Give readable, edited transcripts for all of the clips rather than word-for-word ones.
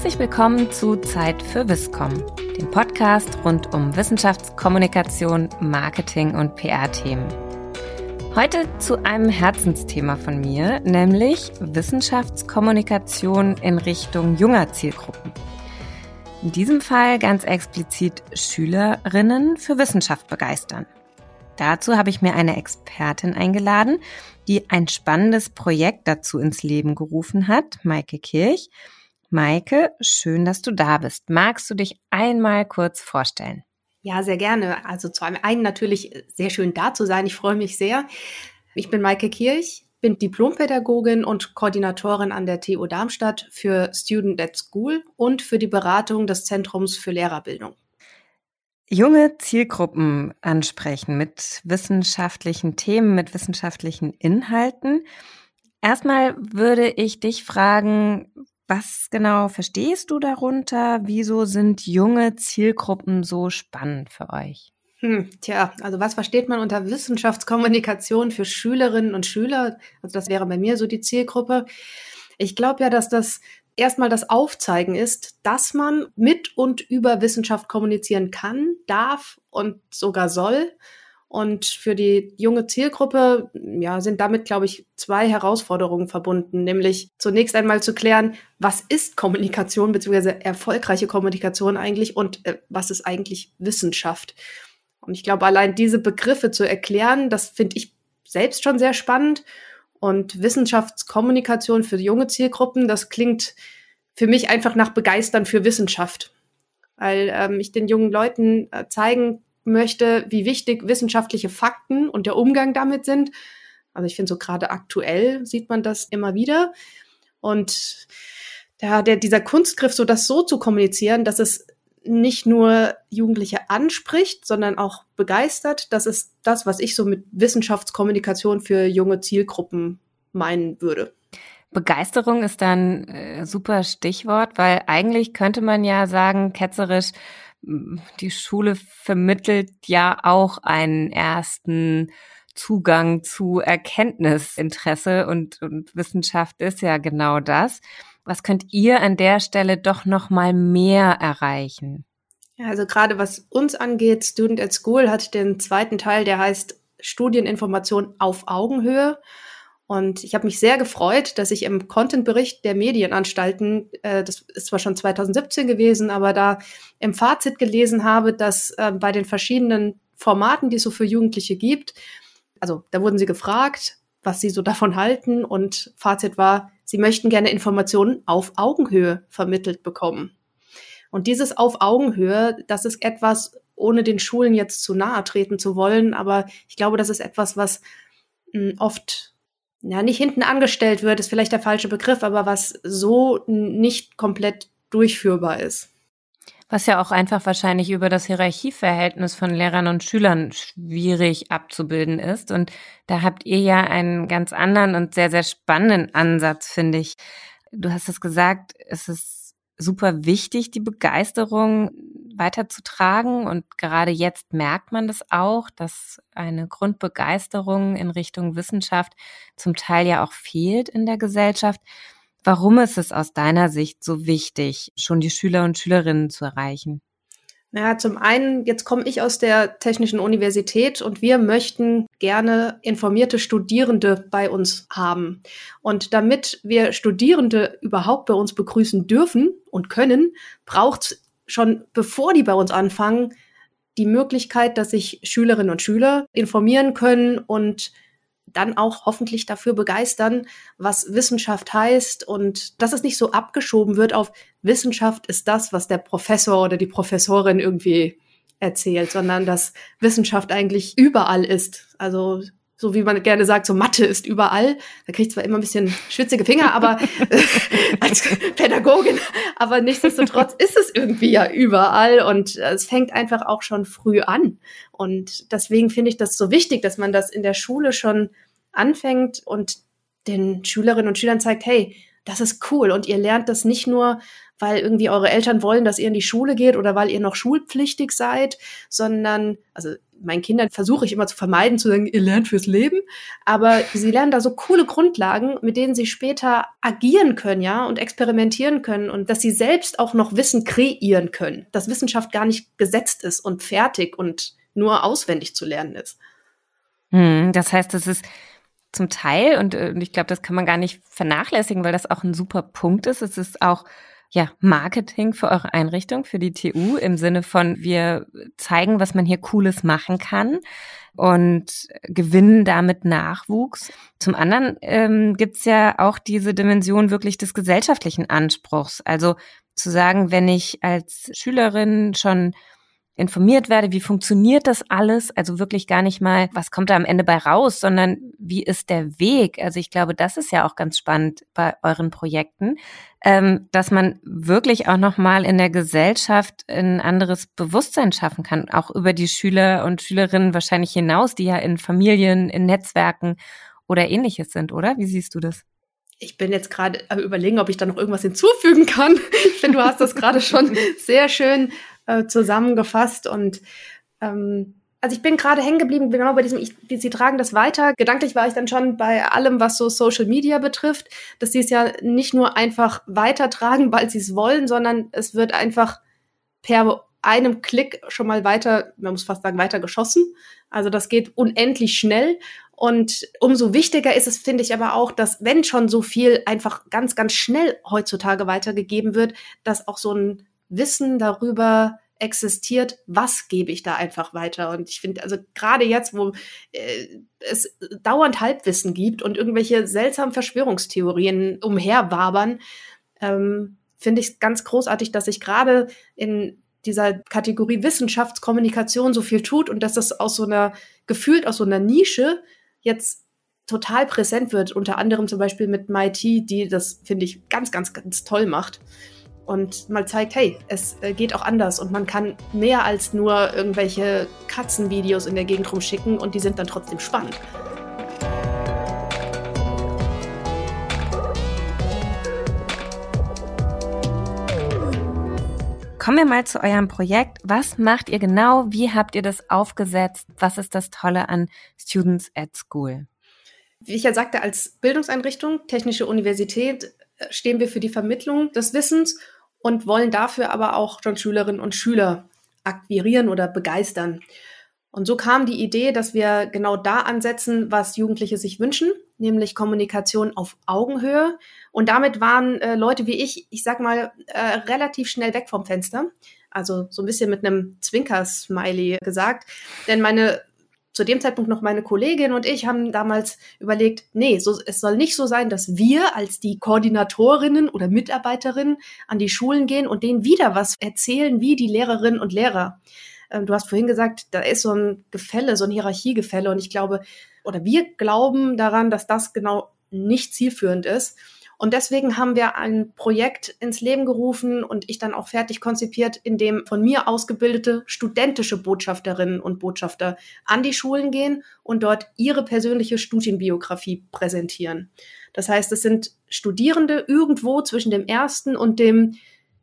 Herzlich willkommen zu Zeit für Wisscom, dem Podcast rund um Wissenschaftskommunikation, Marketing und PR-Themen. Heute zu einem Herzensthema von mir, nämlich Wissenschaftskommunikation in Richtung junger Zielgruppen. In diesem Fall ganz explizit Schülerinnen für Wissenschaft begeistern. Dazu habe ich mir eine Expertin eingeladen, die ein spannendes Projekt dazu ins Leben gerufen hat, Maike Kirch. Maike, schön, dass du da bist. Magst du dich einmal kurz vorstellen? Ja, sehr gerne. Also zu einem natürlich sehr schön da zu sein. Ich freue mich sehr. Ich bin Maike Kirch, bin Diplompädagogin und Koordinatorin an der TU Darmstadt für Student at School und für die Beratung des Zentrums für Lehrerbildung. Junge Zielgruppen ansprechen mit wissenschaftlichen Themen, mit wissenschaftlichen Inhalten. Erstmal würde ich dich fragen, was genau verstehst du darunter? Wieso sind junge Zielgruppen so spannend für euch? Also was versteht man unter Wissenschaftskommunikation für Schülerinnen und Schüler? Also das wäre bei mir so die Zielgruppe. Ich glaube ja, dass das erstmal das Aufzeigen ist, dass man mit und über Wissenschaft kommunizieren kann, darf und sogar soll. Und für die junge Zielgruppe, sind damit, glaube ich, zwei Herausforderungen verbunden. Nämlich zunächst einmal zu klären, was ist Kommunikation bzw. erfolgreiche Kommunikation eigentlich und was ist eigentlich Wissenschaft? Und ich glaube, allein diese Begriffe zu erklären, das finde ich selbst schon sehr spannend. Und Wissenschaftskommunikation für junge Zielgruppen, das klingt für mich einfach nach Begeistern für Wissenschaft. Weil ich den jungen Leuten zeigen möchte, wie wichtig wissenschaftliche Fakten und der Umgang damit sind. Also ich finde, so gerade aktuell sieht man das immer wieder. Und dieser Kunstgriff, so das so zu kommunizieren, dass es nicht nur Jugendliche anspricht, sondern auch begeistert, das ist das, was ich so mit Wissenschaftskommunikation für junge Zielgruppen meinen würde. Begeisterung ist dann super Stichwort, weil eigentlich könnte man ja sagen, ketzerisch, die Schule vermittelt ja auch einen ersten Zugang zu Erkenntnisinteresse und Wissenschaft ist ja genau das. Was könnt ihr an der Stelle doch noch mal mehr erreichen? Ja, also gerade was uns angeht, Student at School hat den zweiten Teil, der heißt Studieninformation auf Augenhöhe. Und ich habe mich sehr gefreut, dass ich im Contentbericht der Medienanstalten, das ist zwar schon 2017 gewesen, aber da im Fazit gelesen habe, dass bei den verschiedenen Formaten, die es so für Jugendliche gibt, also da wurden sie gefragt, was sie so davon halten und Fazit war, sie möchten gerne Informationen auf Augenhöhe vermittelt bekommen. Und dieses auf Augenhöhe, das ist etwas, ohne den Schulen jetzt zu nahe treten zu wollen, aber ich glaube, das ist etwas, was oft nicht hinten angestellt wird, ist vielleicht der falsche Begriff, aber was so nicht komplett durchführbar ist. Was ja auch einfach wahrscheinlich über das Hierarchieverhältnis von Lehrern und Schülern schwierig abzubilden ist. Und da habt ihr ja einen ganz anderen und sehr, sehr spannenden Ansatz, finde ich. Du hast es gesagt, es ist super wichtig, die Begeisterung weiterzutragen. Und gerade jetzt merkt man das auch, dass eine Grundbegeisterung in Richtung Wissenschaft zum Teil ja auch fehlt in der Gesellschaft. Warum ist es aus deiner Sicht so wichtig, schon die Schüler und Schülerinnen zu erreichen? Naja, zum einen, jetzt komme ich aus der Technischen Universität und wir möchten gerne informierte Studierende bei uns haben. Und damit wir Studierende überhaupt bei uns begrüßen dürfen und können, braucht es schon, bevor die bei uns anfangen, die Möglichkeit, dass sich Schülerinnen und Schüler informieren können und dann auch hoffentlich dafür begeistern, was Wissenschaft heißt und dass es nicht so abgeschoben wird auf Wissenschaft ist das, was der Professor oder die Professorin irgendwie erzählt, sondern dass Wissenschaft eigentlich überall ist. Also so wie man gerne sagt, so Mathe ist überall. Da kriege ich zwar immer ein bisschen schwitzige Finger, aber als Pädagogin, aber nichtsdestotrotz ist es irgendwie ja überall und es fängt einfach auch schon früh an. Und deswegen finde ich das so wichtig, dass man das in der Schule schon anfängt und den Schülerinnen und Schülern zeigt, hey, das ist cool und ihr lernt das nicht nur, weil irgendwie eure Eltern wollen, dass ihr in die Schule geht oder weil ihr noch schulpflichtig seid, sondern, also Meinen Kindern versuche ich immer zu vermeiden, zu sagen, ihr lernt fürs Leben. Aber sie lernen da so coole Grundlagen, mit denen sie später agieren können, ja, und experimentieren können und dass sie selbst auch noch Wissen kreieren können. Dass Wissenschaft gar nicht gesetzt ist und fertig und nur auswendig zu lernen ist. Das heißt, das ist zum Teil, und ich glaube, das kann man gar nicht vernachlässigen, weil das auch ein super Punkt ist. Es ist auch Marketing für eure Einrichtung, für die TU, im Sinne von, wir zeigen, was man hier Cooles machen kann und gewinnen damit Nachwuchs. Zum anderen gibt's ja auch diese Dimension wirklich des gesellschaftlichen Anspruchs. Also zu sagen, wenn ich als Schülerin schon informiert werde, wie funktioniert das alles, also wirklich gar nicht mal, was kommt da am Ende bei raus, sondern wie ist der Weg? Also ich glaube, das ist ja auch ganz spannend bei euren Projekten, dass man wirklich auch nochmal in der Gesellschaft ein anderes Bewusstsein schaffen kann, auch über die Schüler und Schülerinnen wahrscheinlich hinaus, die ja in Familien, in Netzwerken oder Ähnliches sind, oder? Wie siehst du das? Ich bin jetzt gerade am Überlegen, ob ich da noch irgendwas hinzufügen kann. Ich finde, du hast das gerade schon sehr schön zusammengefasst und also ich bin gerade hängen geblieben, genau bei diesem, sie tragen das weiter. Gedanklich war ich dann schon bei allem, was so Social Media betrifft, dass sie es ja nicht nur einfach weitertragen, weil sie es wollen, sondern es wird einfach per einem Klick schon mal weiter, man muss fast sagen, weiter geschossen. Also das geht unendlich schnell. Und umso wichtiger ist es, finde ich aber auch, dass wenn schon so viel einfach ganz, ganz schnell heutzutage weitergegeben wird, dass auch so ein Wissen darüber existiert, was gebe ich da einfach weiter. Und ich finde, also gerade jetzt, wo es dauernd Halbwissen gibt und irgendwelche seltsamen Verschwörungstheorien umherwabern, finde ich es ganz großartig, dass sich gerade in dieser Kategorie Wissenschaftskommunikation so viel tut und dass das gefühlt aus so einer Nische jetzt total präsent wird, unter anderem zum Beispiel mit MIT, die das, finde ich, ganz, ganz, ganz toll macht und mal zeigt, hey, es geht auch anders und man kann mehr als nur irgendwelche Katzenvideos in der Gegend rumschicken und die sind dann trotzdem spannend. Kommen wir mal zu eurem Projekt. Was macht ihr genau? Wie habt ihr das aufgesetzt? Was ist das Tolle an Students at School? Wie ich ja sagte, als Bildungseinrichtung, Technische Universität, stehen wir für die Vermittlung des Wissens und wollen dafür aber auch schon Schülerinnen und Schüler akquirieren oder begeistern. Und so kam die Idee, dass wir genau da ansetzen, was Jugendliche sich wünschen, nämlich Kommunikation auf Augenhöhe. Und damit waren Leute wie ich sag mal, relativ schnell weg vom Fenster. Also so ein bisschen mit einem Zwinker-Smiley gesagt. Denn zu dem Zeitpunkt noch meine Kollegin und ich haben damals überlegt, nee, es soll nicht so sein, dass wir als die Koordinatorinnen oder Mitarbeiterinnen an die Schulen gehen und denen wieder was erzählen, wie die Lehrerinnen und Lehrer. Du hast vorhin gesagt, da ist so ein Gefälle, so ein Hierarchiegefälle und wir glauben daran, dass das genau nicht zielführend ist. Und deswegen haben wir ein Projekt ins Leben gerufen und ich dann auch fertig konzipiert, in dem von mir ausgebildete studentische Botschafterinnen und Botschafter an die Schulen gehen und dort ihre persönliche Studienbiografie präsentieren. Das heißt, es sind Studierende irgendwo zwischen dem 1. und dem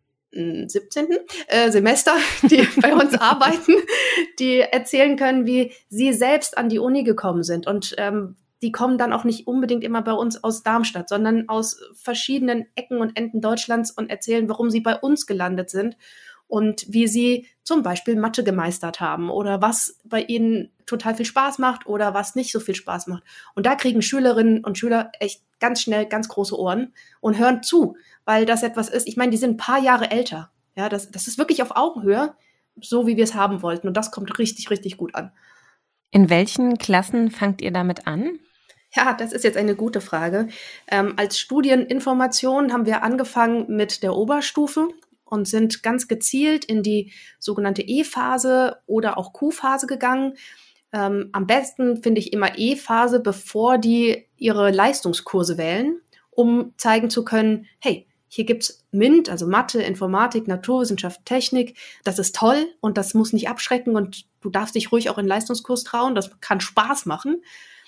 17. Semester, die bei uns arbeiten, die erzählen können, wie sie selbst an die Uni gekommen sind. Und die kommen dann auch nicht unbedingt immer bei uns aus Darmstadt, sondern aus verschiedenen Ecken und Enden Deutschlands und erzählen, warum sie bei uns gelandet sind und wie sie zum Beispiel Mathe gemeistert haben oder was bei ihnen total viel Spaß macht oder was nicht so viel Spaß macht. Und da kriegen Schülerinnen und Schüler echt ganz schnell ganz große Ohren und hören zu, weil das etwas ist, ich meine, die sind ein paar Jahre älter. Ja, das ist wirklich auf Augenhöhe, so wie wir es haben wollten. Und das kommt richtig, richtig gut an. In welchen Klassen fangt ihr damit an? Ja, das ist jetzt eine gute Frage. Als Studieninformation haben wir angefangen mit der Oberstufe und sind ganz gezielt in die sogenannte E-Phase oder auch Q-Phase gegangen. Am besten finde ich immer E-Phase, bevor die ihre Leistungskurse wählen, um zeigen zu können, hey, hier gibt's MINT, also Mathe, Informatik, Naturwissenschaft, Technik. Das ist toll und das muss nicht abschrecken und du darfst dich ruhig auch in den Leistungskurs trauen. Das kann Spaß machen.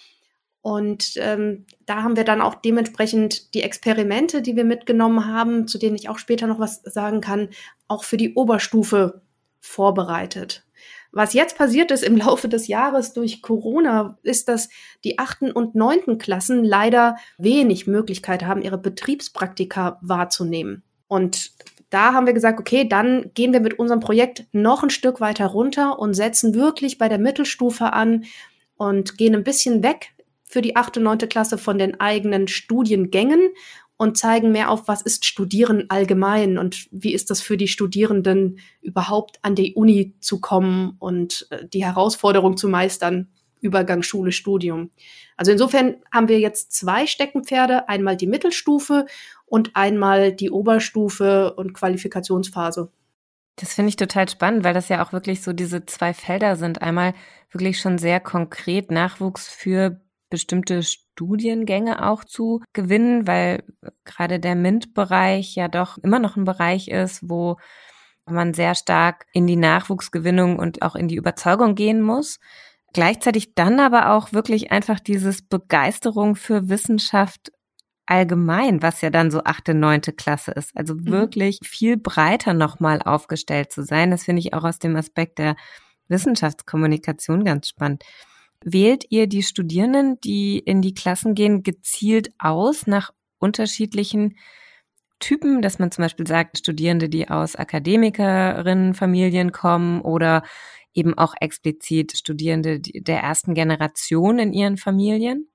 Und da haben wir dann auch dementsprechend die Experimente, die wir mitgenommen haben, zu denen ich auch später noch was sagen kann, auch für die Oberstufe vorbereitet. Was jetzt passiert ist im Laufe des Jahres durch Corona, ist, dass die 8. und 9. Klassen leider wenig Möglichkeit haben, ihre Betriebspraktika wahrzunehmen. Und da haben wir gesagt, okay, dann gehen wir mit unserem Projekt noch ein Stück weiter runter und setzen wirklich bei der Mittelstufe an und gehen ein bisschen weg für die 8. und 9. Klasse von den eigenen Studiengängen und zeigen mehr auf, was ist Studieren allgemein und wie ist das für die Studierenden überhaupt an die Uni zu kommen und die Herausforderung zu meistern, Übergang Schule, Studium. Also insofern haben wir jetzt 2 Steckenpferde, einmal die Mittelstufe und einmal die Oberstufe und Qualifikationsphase. Das finde ich total spannend, weil das ja auch wirklich so diese 2 Felder sind. Einmal wirklich schon sehr konkret Nachwuchs für bestimmte Studiengänge auch zu gewinnen, weil gerade der MINT-Bereich ja doch immer noch ein Bereich ist, wo man sehr stark in die Nachwuchsgewinnung und auch in die Überzeugung gehen muss. Gleichzeitig dann aber auch wirklich einfach dieses Begeisterung für Wissenschaft allgemein, was ja dann so 8., 9. Klasse ist. Also wirklich viel breiter nochmal aufgestellt zu sein. Das finde ich auch aus dem Aspekt der Wissenschaftskommunikation ganz spannend. Wählt ihr die Studierenden, die in die Klassen gehen, gezielt aus nach unterschiedlichen Typen, dass man zum Beispiel sagt, Studierende, die aus Akademikerinnenfamilien kommen oder eben auch explizit Studierende der ersten Generation in ihren Familien?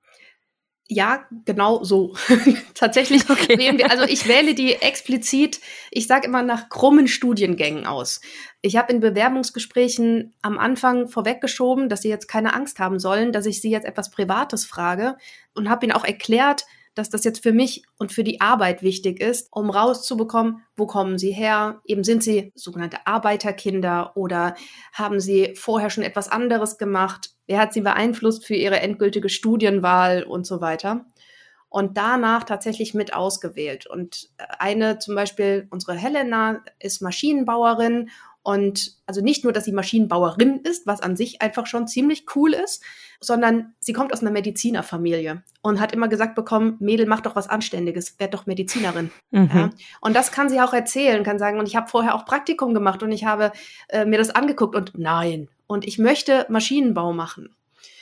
Ja, genau so. Tatsächlich wählen wir, also ich wähle die explizit, ich sage immer nach krummen Studiengängen aus. Ich habe in Bewerbungsgesprächen am Anfang vorweggeschoben, dass sie jetzt keine Angst haben sollen, dass ich sie jetzt etwas Privates frage und habe ihnen auch erklärt, dass das jetzt für mich und für die Arbeit wichtig ist, um rauszubekommen, wo kommen sie her? Eben sind sie sogenannte Arbeiterkinder oder haben sie vorher schon etwas anderes gemacht? Wer hat sie beeinflusst für ihre endgültige Studienwahl und so weiter? Und danach tatsächlich mit ausgewählt. Und eine zum Beispiel, unsere Helena, ist Maschinenbauerin. Und also nicht nur, dass sie Maschinenbauerin ist, was an sich einfach schon ziemlich cool ist, sondern sie kommt aus einer Medizinerfamilie und hat immer gesagt bekommen, Mädel, mach doch was Anständiges, werd doch Medizinerin. Ja? Und das kann sie auch erzählen, kann sagen, und ich habe vorher auch Praktikum gemacht und ich habe mir das angeguckt und nein, und ich möchte Maschinenbau machen.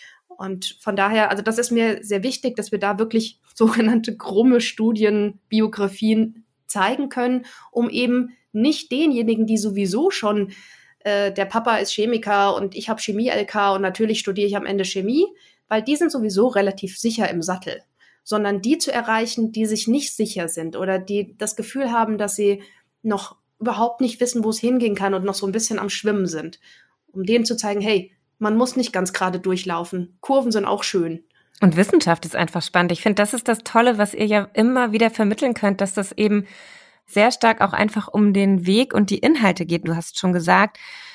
Und von daher, also das ist mir sehr wichtig, dass wir da wirklich sogenannte krumme Studienbiografien zeigen können, um eben nicht denjenigen, die sowieso schon, der Papa ist Chemiker und ich habe Chemie-LK und natürlich studiere ich am Ende Chemie, weil die sind sowieso relativ sicher im Sattel, sondern die zu erreichen, die sich nicht sicher sind oder die das Gefühl haben, dass sie noch überhaupt nicht wissen, wo es hingehen kann und noch so ein bisschen am Schwimmen sind, um denen zu zeigen, hey, man muss nicht ganz gerade durchlaufen, Kurven sind auch schön. Und Wissenschaft ist einfach spannend. Ich finde, das ist das Tolle, was ihr ja immer wieder vermitteln könnt, dass das eben sehr stark auch einfach um den Weg und die Inhalte geht. Du hast schon gesagt,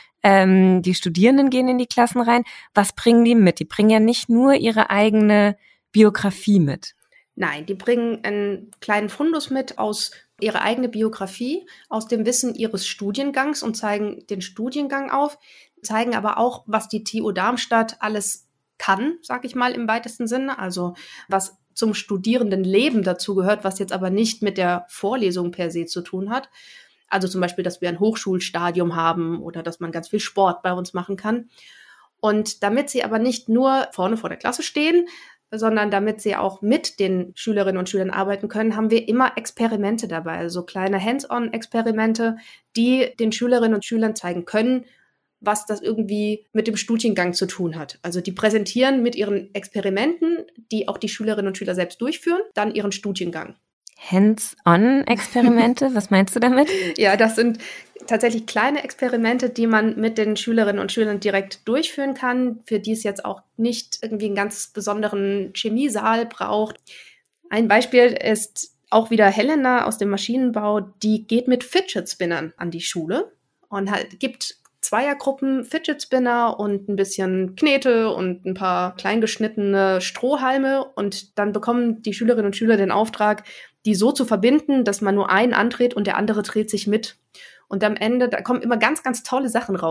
die Studierenden gehen in die Klassen rein. Was bringen die mit? Die bringen ja nicht nur ihre eigene Biografie mit. Nein, die bringen einen kleinen Fundus mit aus ihrer eigenen Biografie, aus dem Wissen ihres Studiengangs und zeigen den Studiengang auf, zeigen aber auch, was die TU Darmstadt alles kann, sag ich mal im weitesten Sinne, also was zum Studierendenleben dazu gehört, was jetzt aber nicht mit der Vorlesung per se zu tun hat. Also zum Beispiel, dass wir ein Hochschulstadium haben oder dass man ganz viel Sport bei uns machen kann. Und damit sie aber nicht nur vorne vor der Klasse stehen, sondern damit sie auch mit den Schülerinnen und Schülern arbeiten können, haben wir immer Experimente dabei, also kleine Hands-on-Experimente, die den Schülerinnen und Schülern zeigen können, was das irgendwie mit dem Studiengang zu tun hat. Also die präsentieren mit ihren Experimenten, die auch die Schülerinnen und Schüler selbst durchführen, dann ihren Studiengang. Hands-on-Experimente, was meinst du damit? Ja, das sind tatsächlich kleine Experimente, die man mit den Schülerinnen und Schülern direkt durchführen kann, für die es jetzt auch nicht irgendwie einen ganz besonderen Chemiesaal braucht. Ein Beispiel ist auch wieder Helena aus dem Maschinenbau, die geht mit Fidget Spinnern an die Schule und gibt Zweiergruppen Fidget Spinner und ein bisschen Knete und ein paar kleingeschnittene Strohhalme und dann bekommen die Schülerinnen und Schüler den Auftrag, die so zu verbinden, dass man nur einen andreht und der andere dreht sich mit. Und am Ende, da kommen immer ganz, ganz tolle Sachen raus.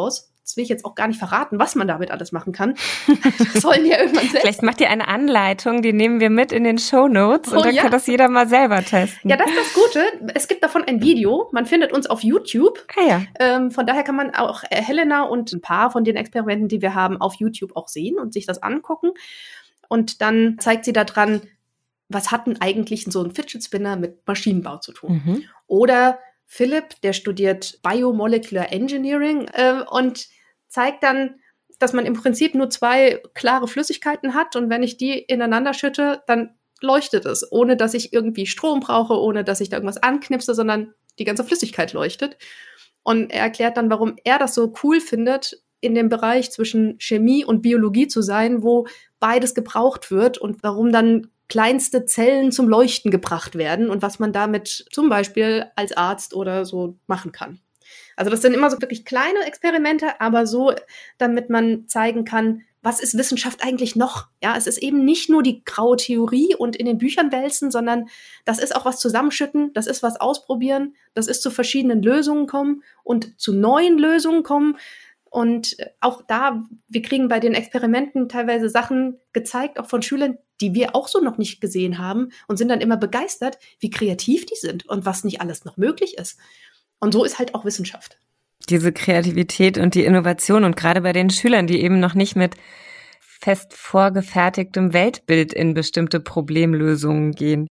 Das will ich jetzt auch gar nicht verraten, was man damit alles machen kann. Das sollen ja irgendwann selbst. Vielleicht macht ihr eine Anleitung, die nehmen wir mit in den Shownotes und dann kann das jeder mal selber testen. Ja, das ist das Gute. Es gibt davon ein Video. Man findet uns auf YouTube. Ah ja. Von daher kann man auch Helena und ein paar von den Experimenten, die wir haben, auf YouTube auch sehen und sich das angucken. Und dann zeigt sie da dran, was hat denn eigentlich so ein Fidget Spinner mit Maschinenbau zu tun? Mhm. Oder Philipp, der studiert Biomolecular Engineering und zeigt dann, dass man im Prinzip nur 2 klare Flüssigkeiten hat und wenn ich die ineinander schütte, dann leuchtet es, ohne dass ich irgendwie Strom brauche, ohne dass ich da irgendwas anknipse, sondern die ganze Flüssigkeit leuchtet. Und er erklärt dann, warum er das so cool findet, in dem Bereich zwischen Chemie und Biologie zu sein, wo beides gebraucht wird und warum dann kleinste Zellen zum Leuchten gebracht werden und was man damit zum Beispiel als Arzt oder so machen kann. Also das sind immer so wirklich kleine Experimente, aber so, damit man zeigen kann, was ist Wissenschaft eigentlich noch? Ja, es ist eben nicht nur die graue Theorie und in den Büchern wälzen, sondern das ist auch was zusammenschütten, das ist was ausprobieren, das ist zu verschiedenen Lösungen kommen und zu neuen Lösungen kommen. Und auch da, wir kriegen bei den Experimenten teilweise Sachen gezeigt, auch von Schülern, die wir auch so noch nicht gesehen haben und sind dann immer begeistert, wie kreativ die sind und was nicht alles noch möglich ist. Und so ist halt auch Wissenschaft. Diese Kreativität und die Innovation und gerade bei den Schülern, die eben noch nicht mit fest vorgefertigtem Weltbild in bestimmte Problemlösungen gehen.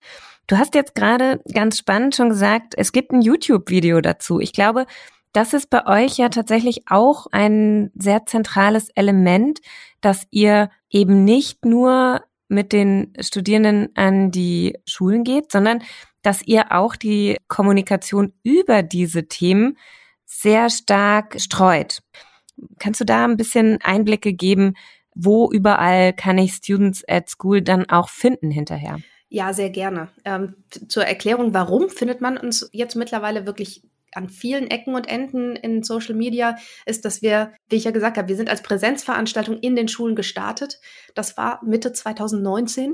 Du hast jetzt gerade ganz spannend schon gesagt, es gibt ein YouTube-Video dazu. Ich glaube, das ist bei euch ja tatsächlich auch ein sehr zentrales Element, dass ihr eben nicht nur mit den Studierenden an die Schulen geht, sondern dass ihr auch die Kommunikation über diese Themen sehr stark streut. Kannst du da ein bisschen Einblicke geben, wo überall kann ich Students at School dann auch finden hinterher? Ja, sehr gerne. Zur Erklärung, warum findet man uns jetzt mittlerweile wirklich an vielen Ecken und Enden in Social Media, ist, dass wir, wie ich ja gesagt habe, wir sind als Präsenzveranstaltung in den Schulen gestartet. Das war Mitte 2019.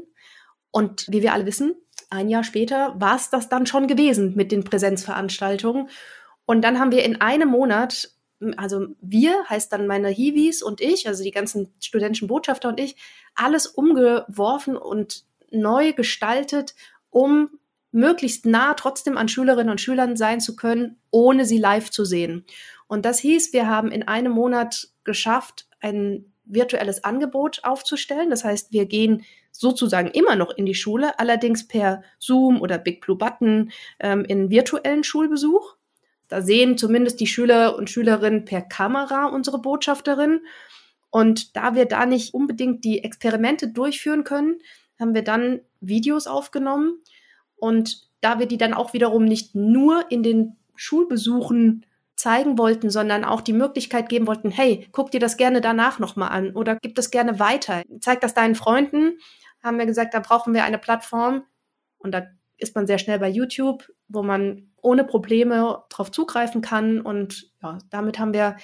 Und wie wir alle wissen, ein Jahr später war es das dann schon gewesen mit den Präsenzveranstaltungen. Und dann haben wir in einem Monat, also wir, heißt dann meine Hiwis und ich, also die ganzen studentischen Botschafter und ich, alles umgeworfen und neu gestaltet, um möglichst nah trotzdem an Schülerinnen und Schülern sein zu können, ohne sie live zu sehen. Und das hieß, wir haben in einem Monat geschafft, ein virtuelles Angebot aufzustellen. Das heißt, wir gehen sozusagen immer noch in die Schule, allerdings per Zoom oder Big Blue Button in virtuellen Schulbesuch. Da sehen zumindest die Schüler und Schülerinnen per Kamera unsere Botschafterin. Und da wir da nicht unbedingt die Experimente durchführen können, haben wir dann Videos aufgenommen. Und da wir die dann auch wiederum nicht nur in den Schulbesuchen zeigen wollten, sondern auch die Möglichkeit geben wollten, hey, guck dir das gerne danach nochmal an oder gib das gerne weiter. Zeig das deinen Freunden, haben wir gesagt, da brauchen wir eine Plattform. Und da ist man sehr schnell bei YouTube, wo man ohne Probleme drauf zugreifen kann. Und ja, damit haben wir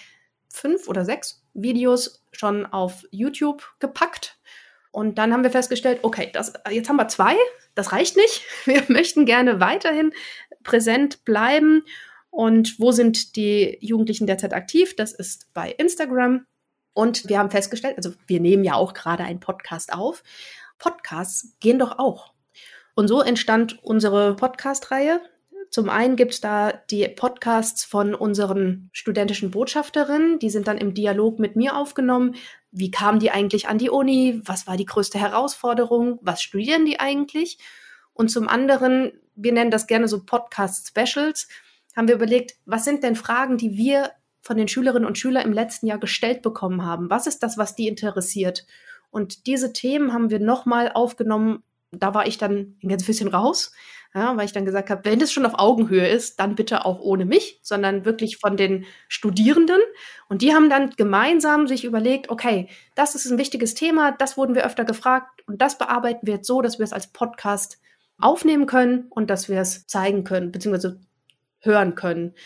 5 oder 6 Videos schon auf YouTube gepackt. Und dann haben wir festgestellt, okay, jetzt haben wir 2, das reicht nicht. Wir möchten gerne weiterhin präsent bleiben. Und wo sind die Jugendlichen derzeit aktiv? Das ist bei Instagram. Und wir haben festgestellt, also wir nehmen ja auch gerade einen Podcast auf. Podcasts gehen doch auch. Und so entstand unsere Podcast-Reihe. Zum einen gibt es da die Podcasts von unseren studentischen Botschafterinnen. Die sind dann im Dialog mit mir aufgenommen. Wie kamen die eigentlich an die Uni? Was war die größte Herausforderung? Was studieren die eigentlich? Und zum anderen, wir nennen das gerne so Podcast-Specials, haben wir überlegt, was sind denn Fragen, die wir von den Schülerinnen und Schülern im letzten Jahr gestellt bekommen haben? Was ist das, was die interessiert? Und diese Themen haben wir nochmal aufgenommen. Da war ich dann ein ganz bisschen raus, ja, weil ich dann gesagt habe, wenn es schon auf Augenhöhe ist, dann bitte auch ohne mich, sondern wirklich von den Studierenden. Und die haben dann gemeinsam sich überlegt, okay, das ist ein wichtiges Thema, das wurden wir öfter gefragt und das bearbeiten wir jetzt so, dass wir es als Podcast aufnehmen können und dass wir es zeigen können, beziehungsweise hören können.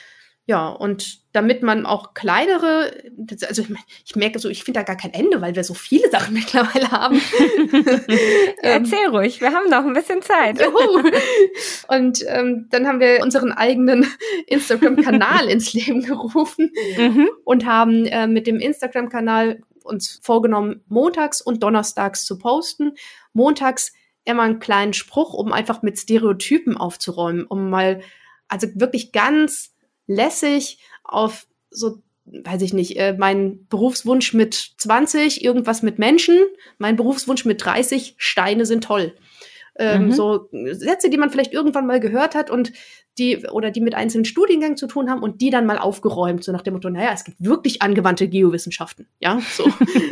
Ja, und damit man auch kleinere, also ich merke so, ich finde da gar kein Ende, weil wir so viele Sachen mittlerweile haben. Ja, erzähl ruhig, wir haben noch ein bisschen Zeit. Juhu. Und dann haben wir unseren eigenen Instagram-Kanal ins Leben gerufen und haben mit dem Instagram-Kanal uns vorgenommen, montags und donnerstags zu posten. Montags immer einen kleinen Spruch, um einfach mit Stereotypen aufzuräumen, um mal, also wirklich ganz lässig auf so, weiß ich nicht, mein Berufswunsch mit 20, irgendwas mit Menschen, mein Berufswunsch mit 30, Steine sind toll. So Sätze, die man vielleicht irgendwann mal gehört hat und die mit einzelnen Studiengängen zu tun haben und die dann mal aufgeräumt, so nach dem Motto, naja, es gibt wirklich angewandte Geowissenschaften, ja, so.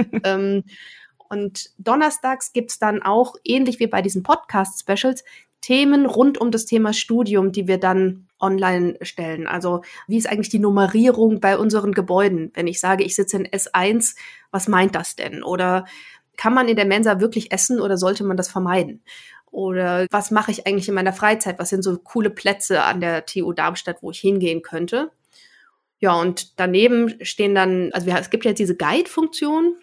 Und donnerstags gibt's dann auch, ähnlich wie bei diesen Podcast-Specials, Themen rund um das Thema Studium, die wir dann online stellen. Also wie ist eigentlich die Nummerierung bei unseren Gebäuden? Wenn ich sage, ich sitze in S1, was meint das denn? Oder kann man in der Mensa wirklich essen oder sollte man das vermeiden? Oder was mache ich eigentlich in meiner Freizeit? Was sind so coole Plätze an der TU Darmstadt, wo ich hingehen könnte? Ja, und daneben stehen dann, also es gibt ja diese Guide-Funktion,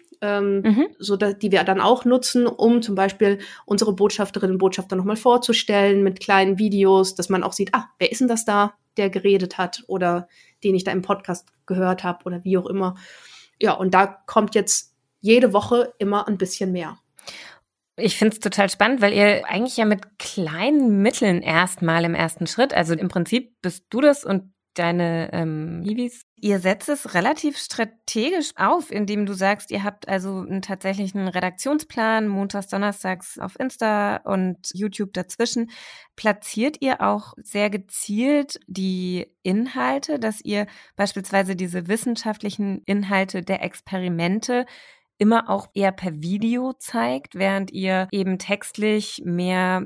so die wir dann auch nutzen, um zum Beispiel unsere Botschafterinnen und Botschafter nochmal vorzustellen mit kleinen Videos, dass man auch sieht, wer ist denn das da, der geredet hat oder den ich da im Podcast gehört habe oder wie auch immer. Ja, und da kommt jetzt jede Woche immer ein bisschen mehr. Ich finde es total spannend, weil ihr eigentlich ja mit kleinen Mitteln erstmal im ersten Schritt, also im Prinzip bist du das und deine Hiwis, ihr setzt es relativ strategisch auf, indem du sagst, ihr habt also tatsächlich einen Redaktionsplan, montags, donnerstags auf Insta und YouTube dazwischen. Platziert ihr auch sehr gezielt die Inhalte, dass ihr beispielsweise diese wissenschaftlichen Inhalte der Experimente immer auch eher per Video zeigt, während ihr eben textlich mehr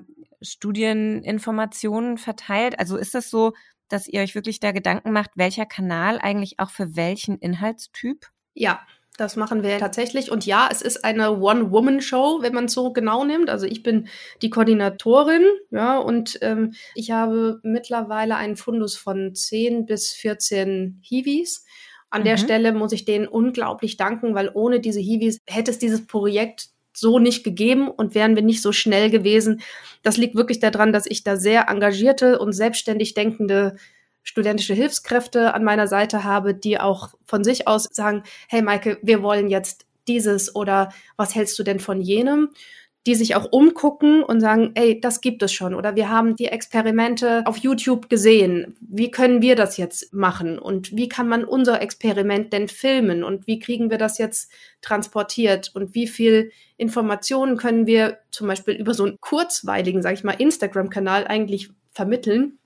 Studieninformationen verteilt? Also ist das so, dass ihr euch wirklich da Gedanken macht, welcher Kanal eigentlich auch für welchen Inhaltstyp? Ja, das machen wir tatsächlich. Und ja, es ist eine One-Woman-Show, wenn man es so genau nimmt. Also ich bin die Koordinatorin, ja, und ich habe mittlerweile einen Fundus von 10 bis 14 Hiwis. An der Stelle muss ich denen unglaublich danken, weil ohne diese Hiwis hätte es dieses Projekt so nicht gegeben und wären wir nicht so schnell gewesen. Das liegt wirklich daran, dass ich da sehr engagierte und selbstständig denkende studentische Hilfskräfte an meiner Seite habe, die auch von sich aus sagen, hey Maike, wir wollen jetzt dieses oder was hältst du denn von jenem? Die sich auch umgucken und sagen, ey, das gibt es schon. Oder wir haben die Experimente auf YouTube gesehen. Wie können wir das jetzt machen? Und wie kann man unser Experiment denn filmen? Und wie kriegen wir das jetzt transportiert? Und wie viel Informationen können wir zum Beispiel über so einen kurzweiligen, sag ich mal, Instagram-Kanal eigentlich vermitteln?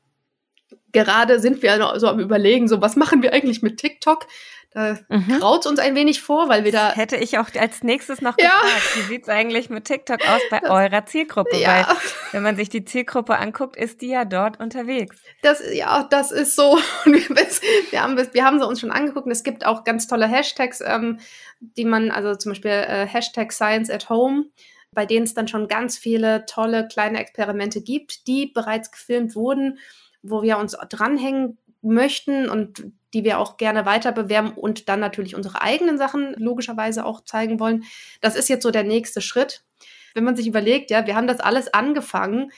Gerade sind wir so am Überlegen, so was machen wir eigentlich mit TikTok? Da graut's uns ein wenig vor, weil wir da... Das hätte ich auch als nächstes noch gefragt. Wie sieht's eigentlich mit TikTok aus bei eurer Zielgruppe? Ja. Weil, wenn man sich die Zielgruppe anguckt, ist die ja dort unterwegs. Das ist so. Wir haben sie uns schon angeguckt und es gibt auch ganz tolle Hashtags, die man, also zum Beispiel Hashtag Science at Home, bei denen es dann schon ganz viele tolle kleine Experimente gibt, die bereits gefilmt wurden, wo wir uns dranhängen möchten und die wir auch gerne weiter bewerben und dann natürlich unsere eigenen Sachen logischerweise auch zeigen wollen. Das ist jetzt so der nächste Schritt. Wenn man sich überlegt, ja, wir haben das alles angefangen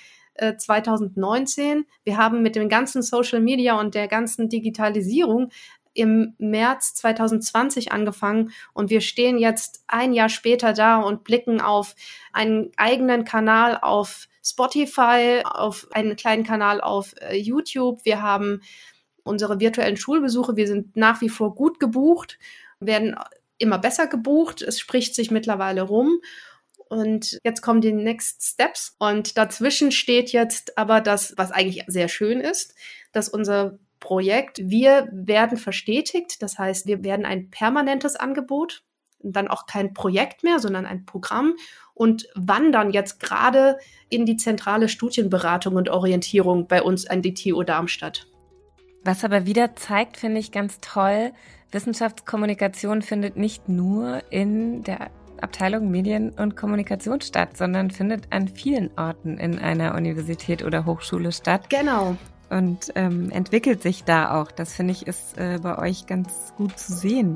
2019. Wir haben mit dem ganzen Social Media und der ganzen Digitalisierung im März 2020 angefangen und wir stehen jetzt ein Jahr später da und blicken auf einen eigenen Kanal auf Spotify, auf einen kleinen Kanal auf YouTube. Wir haben unsere virtuellen Schulbesuche, wir sind nach wie vor gut gebucht, werden immer besser gebucht. Es spricht sich mittlerweile rum. Und jetzt kommen die Next Steps. Und dazwischen steht jetzt aber das, was eigentlich sehr schön ist, dass unser Projekt, wir werden verstetigt. Das heißt, wir werden ein permanentes Angebot, dann auch kein Projekt mehr, sondern ein Programm und wandern jetzt gerade in die zentrale Studienberatung und Orientierung bei uns an die TU Darmstadt. Was aber wieder zeigt, finde ich ganz toll, Wissenschaftskommunikation findet nicht nur in der Abteilung Medien und Kommunikation statt, sondern findet an vielen Orten in einer Universität oder Hochschule statt. Genau. und entwickelt sich da auch. Das finde ich ist bei euch ganz gut zu sehen.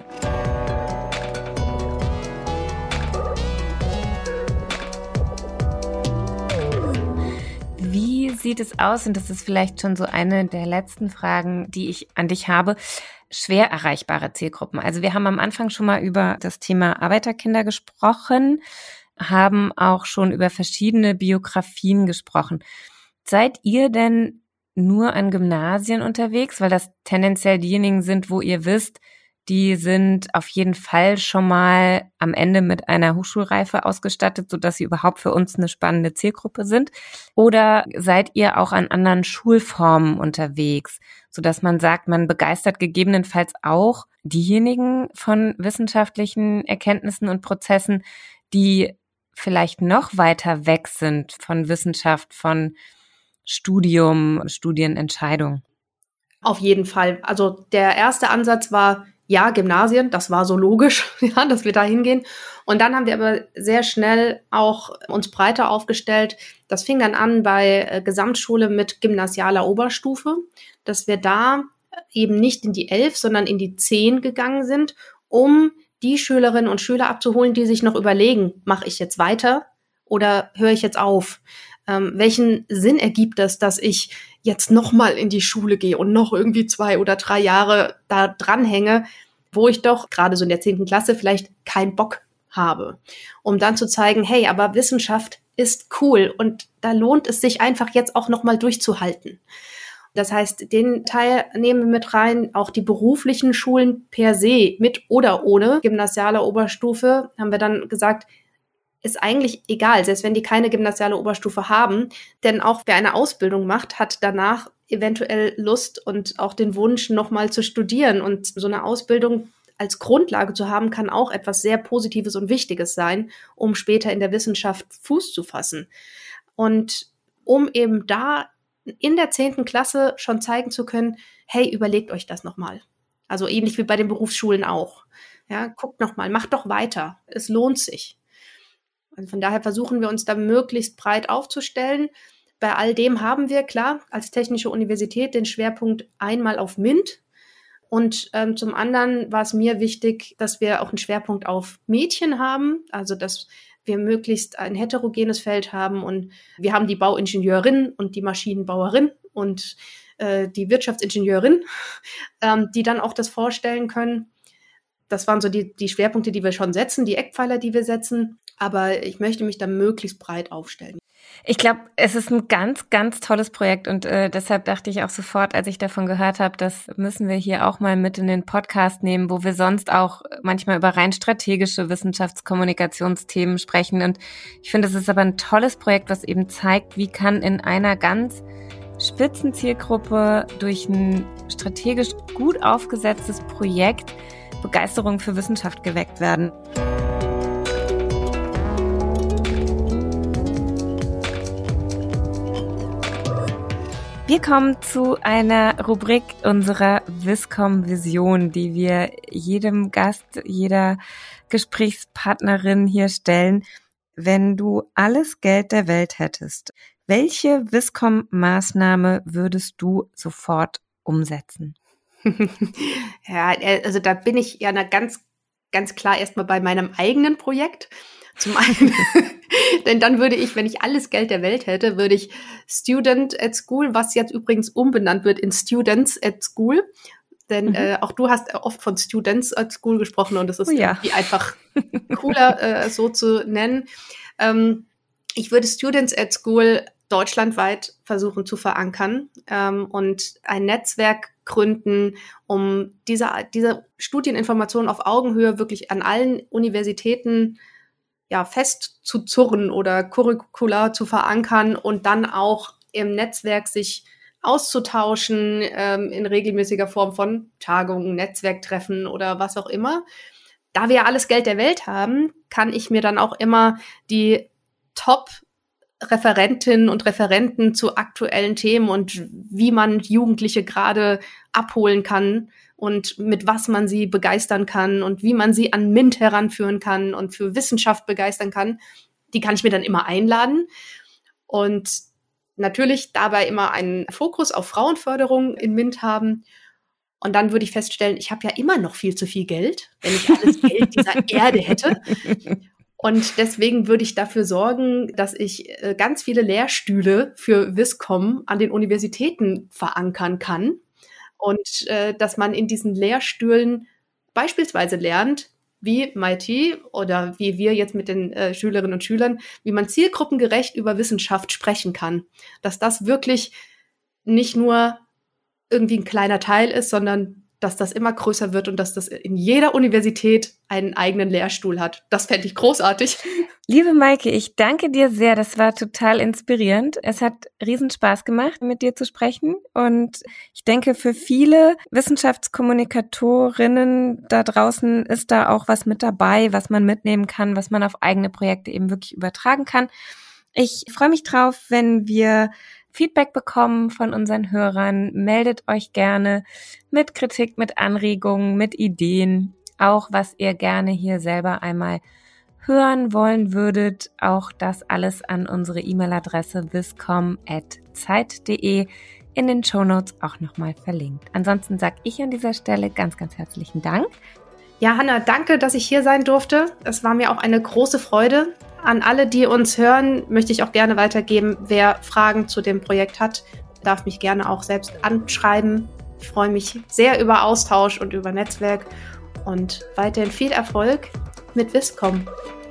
Wie sieht es aus? Und das ist vielleicht schon so eine der letzten Fragen, die ich an dich habe. Schwer erreichbare Zielgruppen. Also wir haben am Anfang schon mal über das Thema Arbeiterkinder gesprochen, haben auch schon über verschiedene Biografien gesprochen. Seid ihr denn nur an Gymnasien unterwegs, weil das tendenziell diejenigen sind, wo ihr wisst, die sind auf jeden Fall schon mal am Ende mit einer Hochschulreife ausgestattet, sodass sie überhaupt für uns eine spannende Zielgruppe sind? Oder seid ihr auch an anderen Schulformen unterwegs, sodass man sagt, man begeistert gegebenenfalls auch diejenigen von wissenschaftlichen Erkenntnissen und Prozessen, die vielleicht noch weiter weg sind von Wissenschaft, von Studium, Studienentscheidung? Auf jeden Fall. Also der erste Ansatz war, ja, Gymnasien, das war so logisch, ja, dass wir da hingehen. Und dann haben wir aber sehr schnell auch uns breiter aufgestellt. Das fing dann an bei Gesamtschule mit gymnasialer Oberstufe, dass wir da eben nicht in die 11, sondern in die 10 gegangen sind, um die Schülerinnen und Schüler abzuholen, die sich noch überlegen, mache ich jetzt weiter oder höre ich jetzt auf? Welchen Sinn ergibt es, dass ich jetzt nochmal in die Schule gehe und noch irgendwie 2 oder 3 Jahre da dranhänge, wo ich doch gerade so in der 10. Klasse vielleicht keinen Bock habe, um dann zu zeigen, hey, aber Wissenschaft ist cool und da lohnt es sich einfach jetzt auch nochmal durchzuhalten. Das heißt, den Teil nehmen wir mit rein, auch die beruflichen Schulen per se, mit oder ohne gymnasiale Oberstufe, haben wir dann gesagt, ist eigentlich egal, selbst wenn die keine gymnasiale Oberstufe haben, denn auch wer eine Ausbildung macht, hat danach eventuell Lust und auch den Wunsch, nochmal zu studieren. Und so eine Ausbildung als Grundlage zu haben, kann auch etwas sehr Positives und Wichtiges sein, um später in der Wissenschaft Fuß zu fassen. Und um eben da in der 10. Klasse schon zeigen zu können, hey, überlegt euch das nochmal. Also ähnlich wie bei den Berufsschulen auch. Ja, guckt nochmal, macht doch weiter. Es lohnt sich. Also von daher versuchen wir uns da möglichst breit aufzustellen. Bei all dem haben wir, klar, als Technische Universität den Schwerpunkt einmal auf MINT. Und zum anderen war es mir wichtig, dass wir auch einen Schwerpunkt auf Mädchen haben, also dass wir möglichst ein heterogenes Feld haben. Und wir haben die Bauingenieurin und die Maschinenbauerin und die Wirtschaftsingenieurin, die dann auch das vorstellen können. Das waren so die Schwerpunkte, die wir schon setzen, die Eckpfeiler, die wir setzen. Aber ich möchte mich da möglichst breit aufstellen. Ich glaube, es ist ein ganz, ganz tolles Projekt und deshalb dachte ich auch sofort, als ich davon gehört habe, das müssen wir hier auch mal mit in den Podcast nehmen, wo wir sonst auch manchmal über rein strategische Wissenschaftskommunikationsthemen sprechen. Und ich finde, es ist aber ein tolles Projekt, was eben zeigt, wie kann in einer ganz Spitzenzielgruppe durch ein strategisch gut aufgesetztes Projekt Begeisterung für Wissenschaft geweckt werden. Wir kommen zu einer Rubrik unserer Wisscom-Vision, die wir jedem Gast, jeder Gesprächspartnerin hier stellen. Wenn du alles Geld der Welt hättest, welche Wisscom-Maßnahme würdest du sofort umsetzen? Ja, also da bin ich ja ganz, ganz klar erstmal bei meinem eigenen Projekt. Zum einen, denn dann würde ich, wenn ich alles Geld der Welt hätte, würde ich Student at School, was jetzt übrigens umbenannt wird in Students at School, denn auch du hast oft von Students at School gesprochen und es ist irgendwie einfach cooler, so zu nennen. Ich würde Students at School deutschlandweit versuchen zu verankern und ein Netzwerk gründen, um diese Studieninformationen auf Augenhöhe wirklich an allen Universitäten fest zu zurren oder curricular zu verankern und dann auch im Netzwerk sich auszutauschen in regelmäßiger Form von Tagungen, Netzwerktreffen oder was auch immer. Da wir ja alles Geld der Welt haben, kann ich mir dann auch immer die Top-Referentinnen und Referenten zu aktuellen Themen und wie man Jugendliche gerade abholen kann und mit was man sie begeistern kann und wie man sie an MINT heranführen kann und für Wissenschaft begeistern kann, die kann ich mir dann immer einladen. Und natürlich dabei immer einen Fokus auf Frauenförderung in MINT haben. Und dann würde ich feststellen, ich habe ja immer noch viel zu viel Geld, wenn ich alles Geld dieser Erde hätte. Und deswegen würde ich dafür sorgen, dass ich ganz viele Lehrstühle für Viscom an den Universitäten verankern kann. Und dass man in diesen Lehrstühlen beispielsweise lernt, wie MIT oder wie wir jetzt mit den Schülerinnen und Schülern, wie man zielgruppengerecht über Wissenschaft sprechen kann. Dass das wirklich nicht nur irgendwie ein kleiner Teil ist, sondern dass das immer größer wird und dass das in jeder Universität einen eigenen Lehrstuhl hat. Das fände ich großartig. Liebe Maike, ich danke dir sehr. Das war total inspirierend. Es hat riesen Spaß gemacht, mit dir zu sprechen. Und ich denke, für viele Wissenschaftskommunikatorinnen da draußen ist da auch was mit dabei, was man mitnehmen kann, was man auf eigene Projekte eben wirklich übertragen kann. Ich freue mich drauf, wenn wir Feedback bekommen von unseren Hörern. Meldet euch gerne mit Kritik, mit Anregungen, mit Ideen, auch was ihr gerne hier selber einmal hören wollen würdet. Auch das alles an unsere E-Mail-Adresse viscom@zeit.de, in den Shownotes auch nochmal verlinkt. Ansonsten sage ich an dieser Stelle ganz, ganz herzlichen Dank. Ja, Hanna, danke, dass ich hier sein durfte. Es war mir auch eine große Freude. An alle, die uns hören, möchte ich auch gerne weitergeben. Wer Fragen zu dem Projekt hat, darf mich gerne auch selbst anschreiben. Ich freue mich sehr über Austausch und über Netzwerk und weiterhin viel Erfolg mit Viscom.